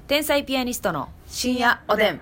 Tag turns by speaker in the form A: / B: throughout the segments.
A: 天才ピアニストの深夜おでん。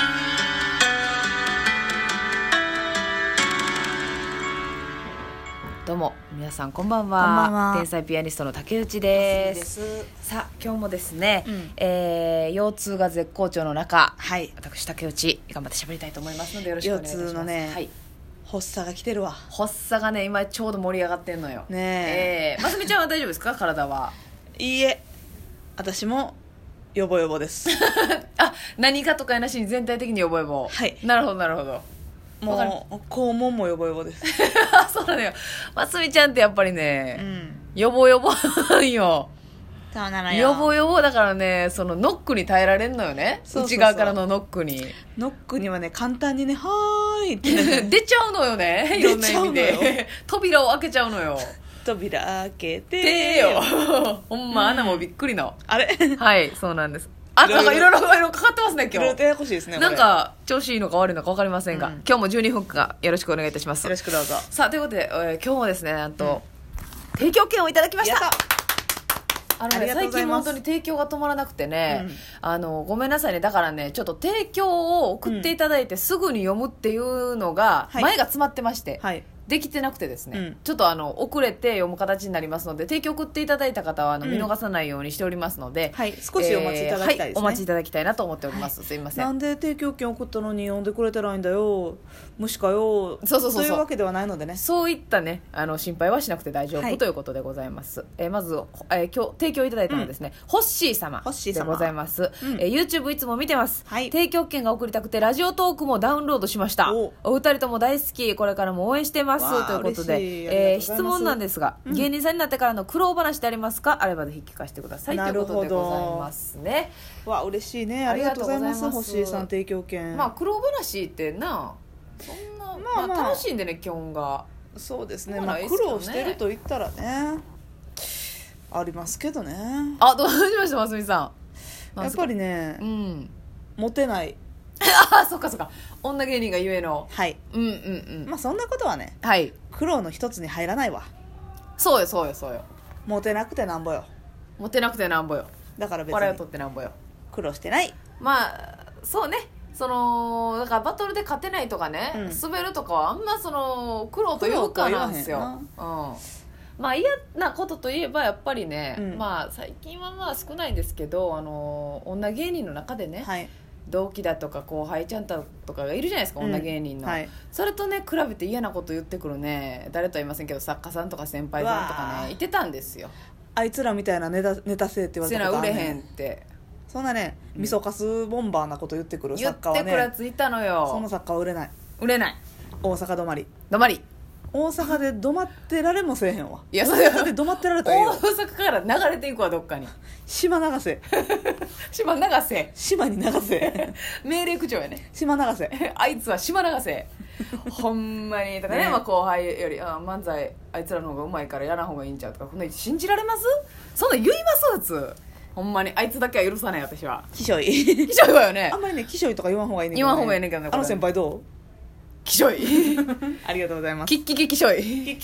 A: どうも皆さんこんばんは。
B: こんばんは。
A: 天才ピアニストの竹内です。さあ今日もですね、腰痛が絶好調の中、
B: はい、
A: 私竹内頑張って喋りたいと思いますのでよろしくお願いいたします。
B: 腰痛のね、
A: はい、
B: 発作が来てるわ。
A: 発作がね今ちょうど盛り上がってんのよ
B: ね
A: ますみちゃんは大丈夫ですか？体は。
B: いいえ、私もヨボヨボです
A: あ、何かとかやなしに全体的にヨボヨボ。
B: はい、
A: なるほどなるほど。
B: もう肛門もヨボヨボです
A: そうなのよ。ますみちゃんってやっぱりね、ヨボヨボなんよ。
B: そうなのよ。
A: ヨボヨボだからね、そのノックに耐えられんのよね。
B: そうそうそう、
A: 内側からのノックに。
B: ノックにはね簡単にね、はーいって、ね、
A: 出ちゃうのよね。いろんな意味で扉を開けちゃうのよ。
B: 扉開けて
A: てよほんま、アナもびっくりの
B: あれ
A: はい、そうなんです。あ、なんかいろいろかかってますね今日。
B: いろいろとややこしいですね。
A: なんか調子いいのか悪いのか分かりませんが、
B: うん、
A: 今日も12分間よろしくお願いいたします。
B: よろしくどうぞ。
A: さあということで、今日もですねなんと、提供券をいただきました。最近本当に提供が止まらなくてね、ごめんなさいね。だからねちょっと提供を送っていただいて、すぐに読むっていうのが前が詰まってまして、できてなくてですね、ちょっと遅れて読む形になりますので、提供送っていただいた方は見逃さないようにしておりますので、
B: 少しお待ちいただきたいですね。
A: お待ちいただきたいなと思っております。すいません。
B: なんで提供券送ったのに読んでくれてないんだよ、無視かよ。そういうわけではないのでね。
A: そういったね心配はしなくて大丈夫、ということでございます。まず、今日提供いただいたのはですね、ホッシー様でございます。YouTube いつも見てます。提供券が送りたくてラジオトークもダウンロードしました。お二人とも大好き、これからも応援してますということで、質問なんですが、芸人さんになってからの苦労話ってありますか？あればぜひ聞かせてくださいということでございますね。
B: わ、嬉しいね。ありがとうございます。星井さん提供券。
A: 苦労話ってな、そんな、楽しいんでね、基本が。
B: そうですね。苦労してると言ったらね、ありますけどね。
A: あ、どうしましたますみさ
B: ん。やっぱりね、モテない。
A: あ、そっかそっか、女芸人がゆえの。
B: はい。そんなことはね、苦労の一つに入らないわ。
A: そうよそうよそうよ。
B: モテなくてなんぼよ。
A: モテなくてなんぼよ。
B: だから別に
A: 笑いを取ってなんぼよ。
B: 苦労してない。
A: そうね。だからバトルで勝てないとかね、滑るとかはあんま苦労というかなんですよ。嫌なことといえばやっぱりね、最近は少ないんですけど、女芸人の中でね、同期だとか後輩ちゃんとかがいるじゃないですか、女芸人の、それとね比べて嫌なこと言ってくるね、誰とは言いませんけど作家さんとか先輩さんとかねいてたんですよ。
B: あいつらみたいなネタせえって言われたことあるね。
A: 売れへんって、そ
B: んなね、味噌かすボンバーなこと言ってくる作家はね、
A: 言ってくるやついたのよ。
B: その作家は売れない。大阪止まり大阪で止まってられもせえへんわ。
A: いや、それ
B: で止まってられたらいいよ。
A: 大阪から流れていくわ、どっかに。
B: 島流せ
A: 島に流せ命令口調やね。
B: 島流せ
A: あいつは島流せほんまにとかね、後輩より漫才あいつらの方がうまいからやらん方がいいんちゃうとか、こんな信じられます？そんな言います？普通ほんまにあいつだけは許さない。私は
B: きしょい
A: わよね。
B: あんまりね、きしょいとか言わん方がいいねんけどね。
A: 言わん方がいいねんけどね。
B: あの先輩どう？
A: きしょい
B: ありがとうございます。
A: キッキキきしょい。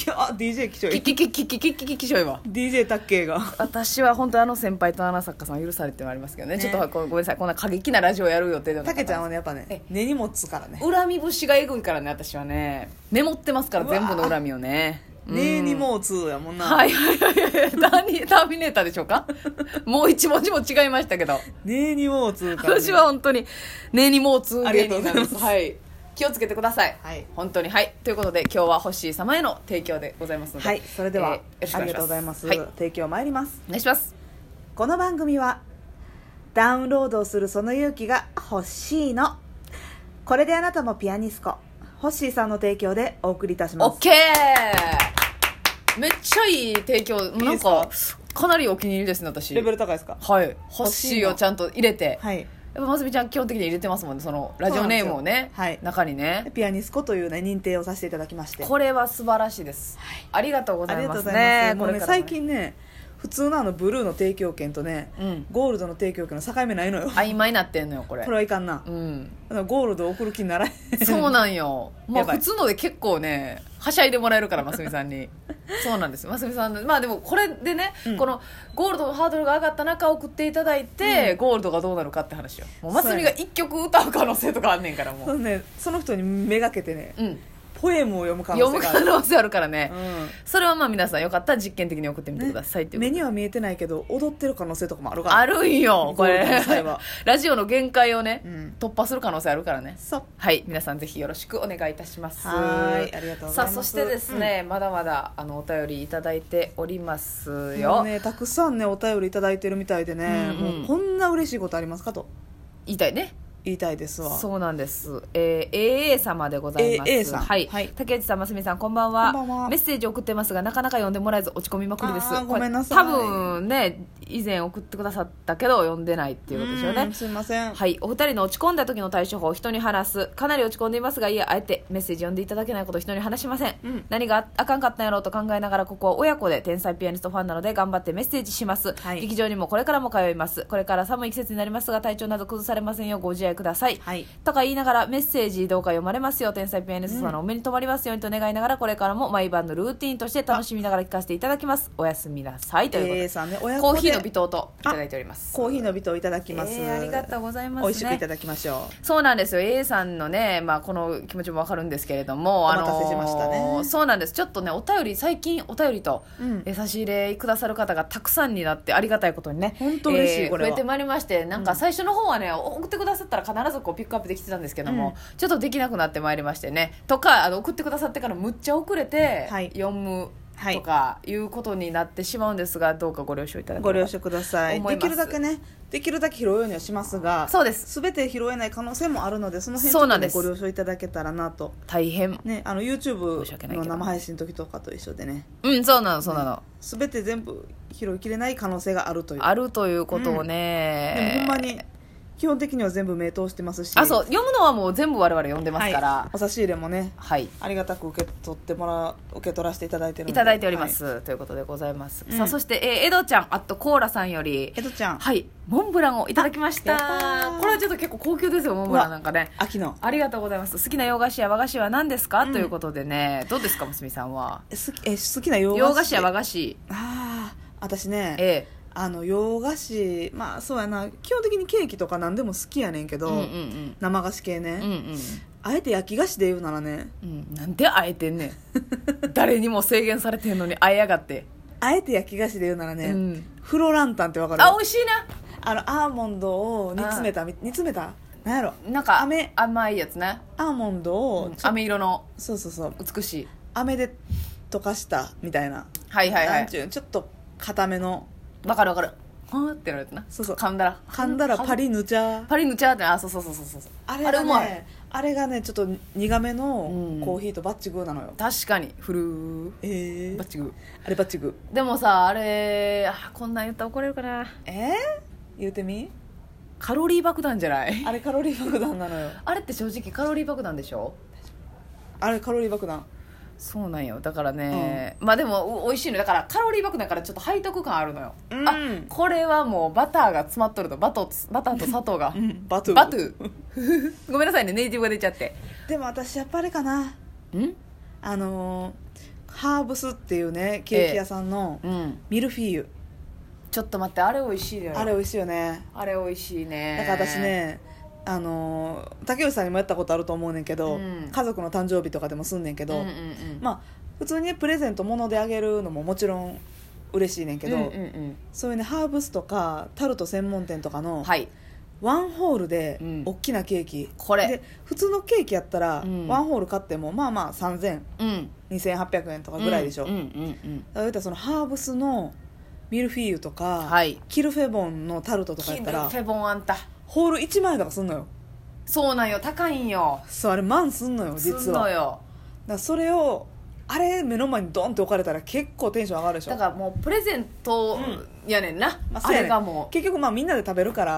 B: DJ きしょい。
A: キきしょいわ。
B: DJ タッケーが。
A: 私は本当先輩と作家さんは許されてはありますけどね。ちょっとごめんなさい、こんな過激なラジオやる予定ではなかった。
B: タケちゃんはねやっぱね根に持つからね。
A: 恨み節がエグいからね。私はねメモってますから、全部の恨みをね。
B: 根に持つやもんな。
A: ターミネーターでしょうかもう一文字も違いましたけど、
B: 根に持つから、ね、
A: 私は本当に根に持つ芸人なんです。気をつけてください。本当に。ということで今日はホッシー様への提供でございますので、
B: それでは、ありがとうございます。提供参ります。
A: お願いします。
B: この番組はダウンロードをするその勇気が欲しいの。これであなたもピアニスコ、ホッシーさんの提供でお送りいたします。
A: オッケー。めっちゃいい提供。なんかなりお気に入りですね。私
B: レベル高いですか？
A: ホッシーをちゃんと入れて、やっぱますみちゃん基本的に入れてますもんね、そのラジオネームをね、中にね
B: ピアニスコというね認定をさせていただきまして、
A: これは素晴らしいです。ありがとうございますね。
B: もうね最近ね普通のブルーの提供券とね、ゴールドの提供券の境目ないのよ。
A: 曖昧になってんのよこれ。
B: これはいかんな。ゴールド送る気にならへん。
A: そうなんよ。普通ので結構ねはしゃいでもらえるから、ますみさんにそうなんです。ますみさんのまあでもこれでね、このゴールドのハードルが上がった中送っていただいて、ゴールドがどうなるかって話よ。もうますみが一曲歌う可能性とかあんねんからもう。
B: そうね、その人にめがけてね、
A: うん
B: ポエムを読む可能性がある。
A: 読む可能性あるからね、それはまあ皆さんよかったら実験的に送ってみてください、っていう
B: 目には見えてないけど踊ってる可能性とかもあるから、
A: あるんよこれ
B: ゴールドの際は
A: ラジオの限界をね、突破する可能性あるからね。
B: そう、
A: はい皆さんぜひよろしくお願いいたします。
B: はいありがとうございます。
A: さあそしてですね、まだまだお便りいただいておりますよ。
B: もうねたくさんねお便りいただいてるみたいでね、もうこんな嬉しいことありますかと
A: 言いたいね。
B: 言いたいですわ。
A: そうなんです。AA 様でございます。
B: AA さん、
A: はい、
B: はい、
A: 竹内さん、ますみさん、こんばんは。
B: こんばんは。
A: メッセージ送ってますがなかなか読んでもらえず落ち込みまくりです。
B: ごめんなさい。
A: 多分ね以前送ってくださったけど読んでないっていうことですよね。
B: すいません。
A: はい、お二人の落ち込んだ時の対処法を人に話す。かなり落ち込んでいますがいやあえてメッセージ読んでいただけないことを人に話しません、何があかんかったんやろうと考えながらここは親子で天才ピアニストファンなので頑張ってメッセージします、はい、劇場にもこれからも通います。これから寒い季節になりますが体調など崩されませんようご自愛ください、はい、とか言いながらメッセージどうか読まれますよう天才ピアニストさんのお目に留まりますようにと願いながらこれからも毎晩のルーティンとして楽しみながら聞かせていただきます。おやすみなさいということで、
B: さんね、親
A: コー
B: 子で
A: ヒーの微糖といただいております。
B: コーヒーの微糖いただきます、
A: ありがとうございます、ね、
B: 美味しくいただきましょう。
A: そうなんですよ A さんのね、まあ、この気持ちもわかるんですけれども
B: お待たせしましたね。
A: そうなんです。ちょっとねお便り最近お便りと、差し入れくださる方がたくさんになってありがたいことにね
B: 本当嬉しい、これは
A: 増えてまいりまして、なんか最初の方はね、送ってくださったら必ずこうピックアップできてたんですけども、ちょっとできなくなってまいりましてねとか送ってくださってからむっちゃ遅れて読む、とかいうことになってしまうんですがどうかご了承いただければ
B: ご了承ください。できるだけねできるだけ拾うようにはしますが、
A: そうです。
B: 全て拾えない可能性もあるのでその辺ちょっと、ね、ご了承いただけたらなと。
A: 大変
B: ねYouTube の生配信の時とかと一緒でね、
A: そうなのそうなの、
B: 全て全部拾いきれない可能性があるという
A: ことをね、
B: でもほんまに基本的には全部目通してますし、
A: そう読むのはもう全部我々読んでますから、
B: お差し入れもね、
A: あ
B: りがたく受け取らせていただいてるので
A: いただいております、ということでございます、さあそして、エドちゃんコーラさんより
B: エドちゃん、
A: モンブランをいただきました。これはちょっと結構高級ですよモンブランなんかね。
B: 秋の
A: ありがとうございます。好きな洋菓子や和菓子は何ですか、ということでね、どうですかますみさんは。
B: 好きな洋菓子
A: や和菓子。
B: 私ね、洋菓子そうやな、基本的にケーキとか何でも好きやねんけど、生菓子系ね、あえて焼き菓子で言うならね、
A: なんであえてんねん誰にも制限されてんのにあえやがって。
B: あえて焼き菓子で言うならね、フロランタンってわかる？
A: 美味しいな。
B: アーモンドを煮詰めたなんやろ、
A: なんか甘いやつね。
B: アーモンドを、
A: 飴色の
B: そう
A: 美しい
B: 飴で溶かしたみたいな、なんちゅうちょっと固めの、
A: わかるはーってなるやつな。噛んだら
B: パリヌチャ
A: ってそう
B: あれうまい。あれがねちょっと苦めのコーヒーとバッチグーなのよ。
A: 確かにフルー、バッチグー、
B: あれバッチグ
A: ーでもさあれこんなん言ったら怒れるかな。
B: 言うてみ。
A: カロリー爆弾じゃない？
B: あれカロリー爆弾なのよ。
A: あれって正直カロリー爆弾でしょ。
B: あれカロリー爆弾。
A: そうなんよ。だからね、でも美味しいのだからカロリー爆弾からちょっと背徳感あるのよ、これはもうバターが詰まっとるとバターと砂糖が
B: バト
A: ゥごめんなさいねネイティブが出ちゃって。
B: でも私やっぱりかな、ハーブスっていうねケーキ屋さんのミルフィーユ、
A: ちょっと待って、あれ美味しいよね。
B: あれ美味しいよね。
A: あれ美味しいね。
B: だから私ね竹内さんにもやったことあると思うねんけど、家族の誕生日とかでもすんねんけど、普通に、ね、プレゼント物であげるのももちろん嬉しいねんけど、そういうねハーブスとかタルト専門店とかの、ワンホールで大きなケーキ、
A: これ
B: で普通のケーキやったら、ワンホール買っても3000、2800円とかぐらいでしょ。だからそのハーブスのミルフィーユとか、キルフェボンのタルトとかやったら
A: キルフェボンあんた
B: ホール1万円とかすんのよ。
A: そうなんよ、高いんよ。
B: そう、あれ万すんのよ実は。
A: すんのよ。
B: だからそれをあれ目の前にドンって置かれたら結構テンション上がるでしょ。
A: だからもうプレゼントやねんな、あれがもう
B: 結局みんなで食べるから、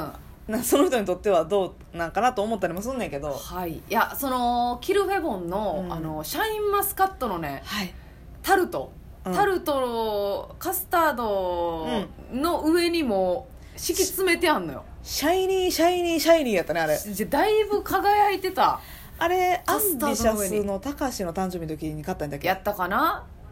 B: その人にとってはどうなんかなと思ったりもすんねんけど、
A: いやそのキルフェボンの、シャインマスカットのね、タルトのカスタードの上にも敷き詰めてあんのよ。
B: シャイニーやったねあれ。
A: だいぶ輝いてた。
B: あれアンビシャスのたかしの誕生日の時に買ったんだっけ。
A: やったかな。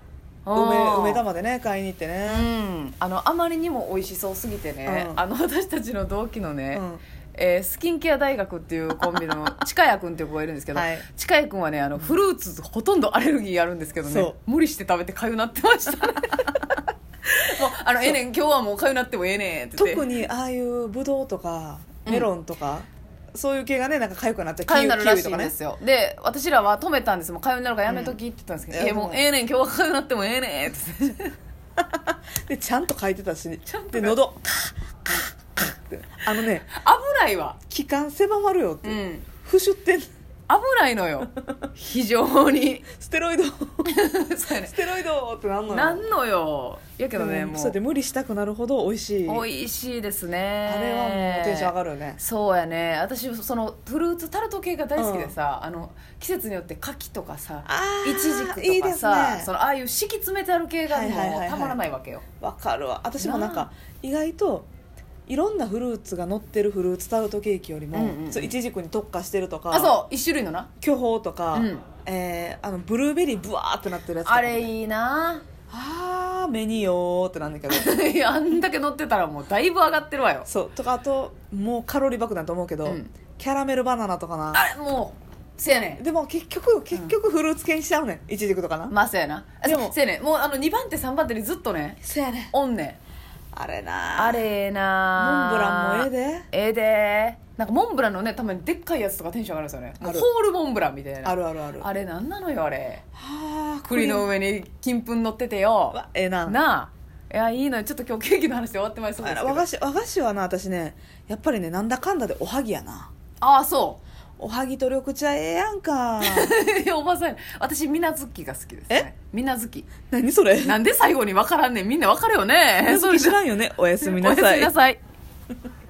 B: 梅田までね買いに行ってね、
A: あまりにも美味しそうすぎてね、私たちの同期のね、スキンケア大学っていうコンビの近谷君っていう子がいるんですけど、近谷君はねフルーツほとんどアレルギーあるんですけどね、無理して食べてかゆなってましたねもうええねん今日はもうかゆなってもええねんって言って、
B: 特にああいうブドウとかメロンとか、そういう系がねなんか痒くなっちゃう、
A: かゆなるらしいんですよ。で私らは止めたんです。もうかゆになるからやめときって言ったんですけど、いやもうええねん今日はかゆなってもええねんって言って
B: でちゃんと書いてたし、で喉ってね
A: 危ないわ、
B: 気管狭まるよって、ふしゅってん
A: 危ないのよ非常に
B: ステロイド
A: そうやね、
B: ステロイドってなんのよ、
A: なんのよ。やけどね、もう
B: そうやって無理したくなるほど美味しい、
A: 美味しいですね。
B: あれはもうテンション上がるよね。
A: そうやね、私そのフルーツタルト系が大好きでさ、季節によって柿とかさイチジクとかさ、
B: いいですね、
A: そのああいう敷き詰めてある系がもうたまらないわけよ。
B: わかるわ。私もなんか意外といろんなフルーツが乗ってるフルーツタルトケーキよりも、イチジクに特化してるとか、
A: そう一種類のな
B: 巨峰とか、ブルーベリーブワーってなってるやつとか、
A: あれいいな
B: 目によーってなんだけど
A: いやあんだけ乗ってたらもうだいぶ上がってるわよ。
B: そうとか、あともうカロリー爆弾と思うけど、キャラメルバナナとかな、
A: あれもうせやねん。
B: でも結局フルーツ系にしちゃうねん、イチジクとかな。
A: まあせやな、でもせやねん、もう2番手3番手にずっとね
B: せやねん、
A: おんねん。
B: あれな
A: あれな
B: モンブランも
A: ええでなんかモンブランのねたまにでっかいやつとかテンション上がるんですよね。ホールモンブランみたいな、
B: あるあるある、
A: あれなんなのよあれ。
B: はあ、
A: 栗の上に金粉乗っててよ、
B: ええな
A: あいやいいのよ。ちょっと今日ケーキの話で終わってまいそうですけど、
B: 和菓子はな、私ねやっぱりねなんだかんだでおはぎやな。
A: ああそう
B: おはぎと緑茶ええやんか
A: いやおばさん、私水無月が好きですね。水無月、
B: 何それ、
A: なんで最後に分からんねん。みんな分かるよね。
B: それ知らんよね。おやすみなさい
A: おやすみなさい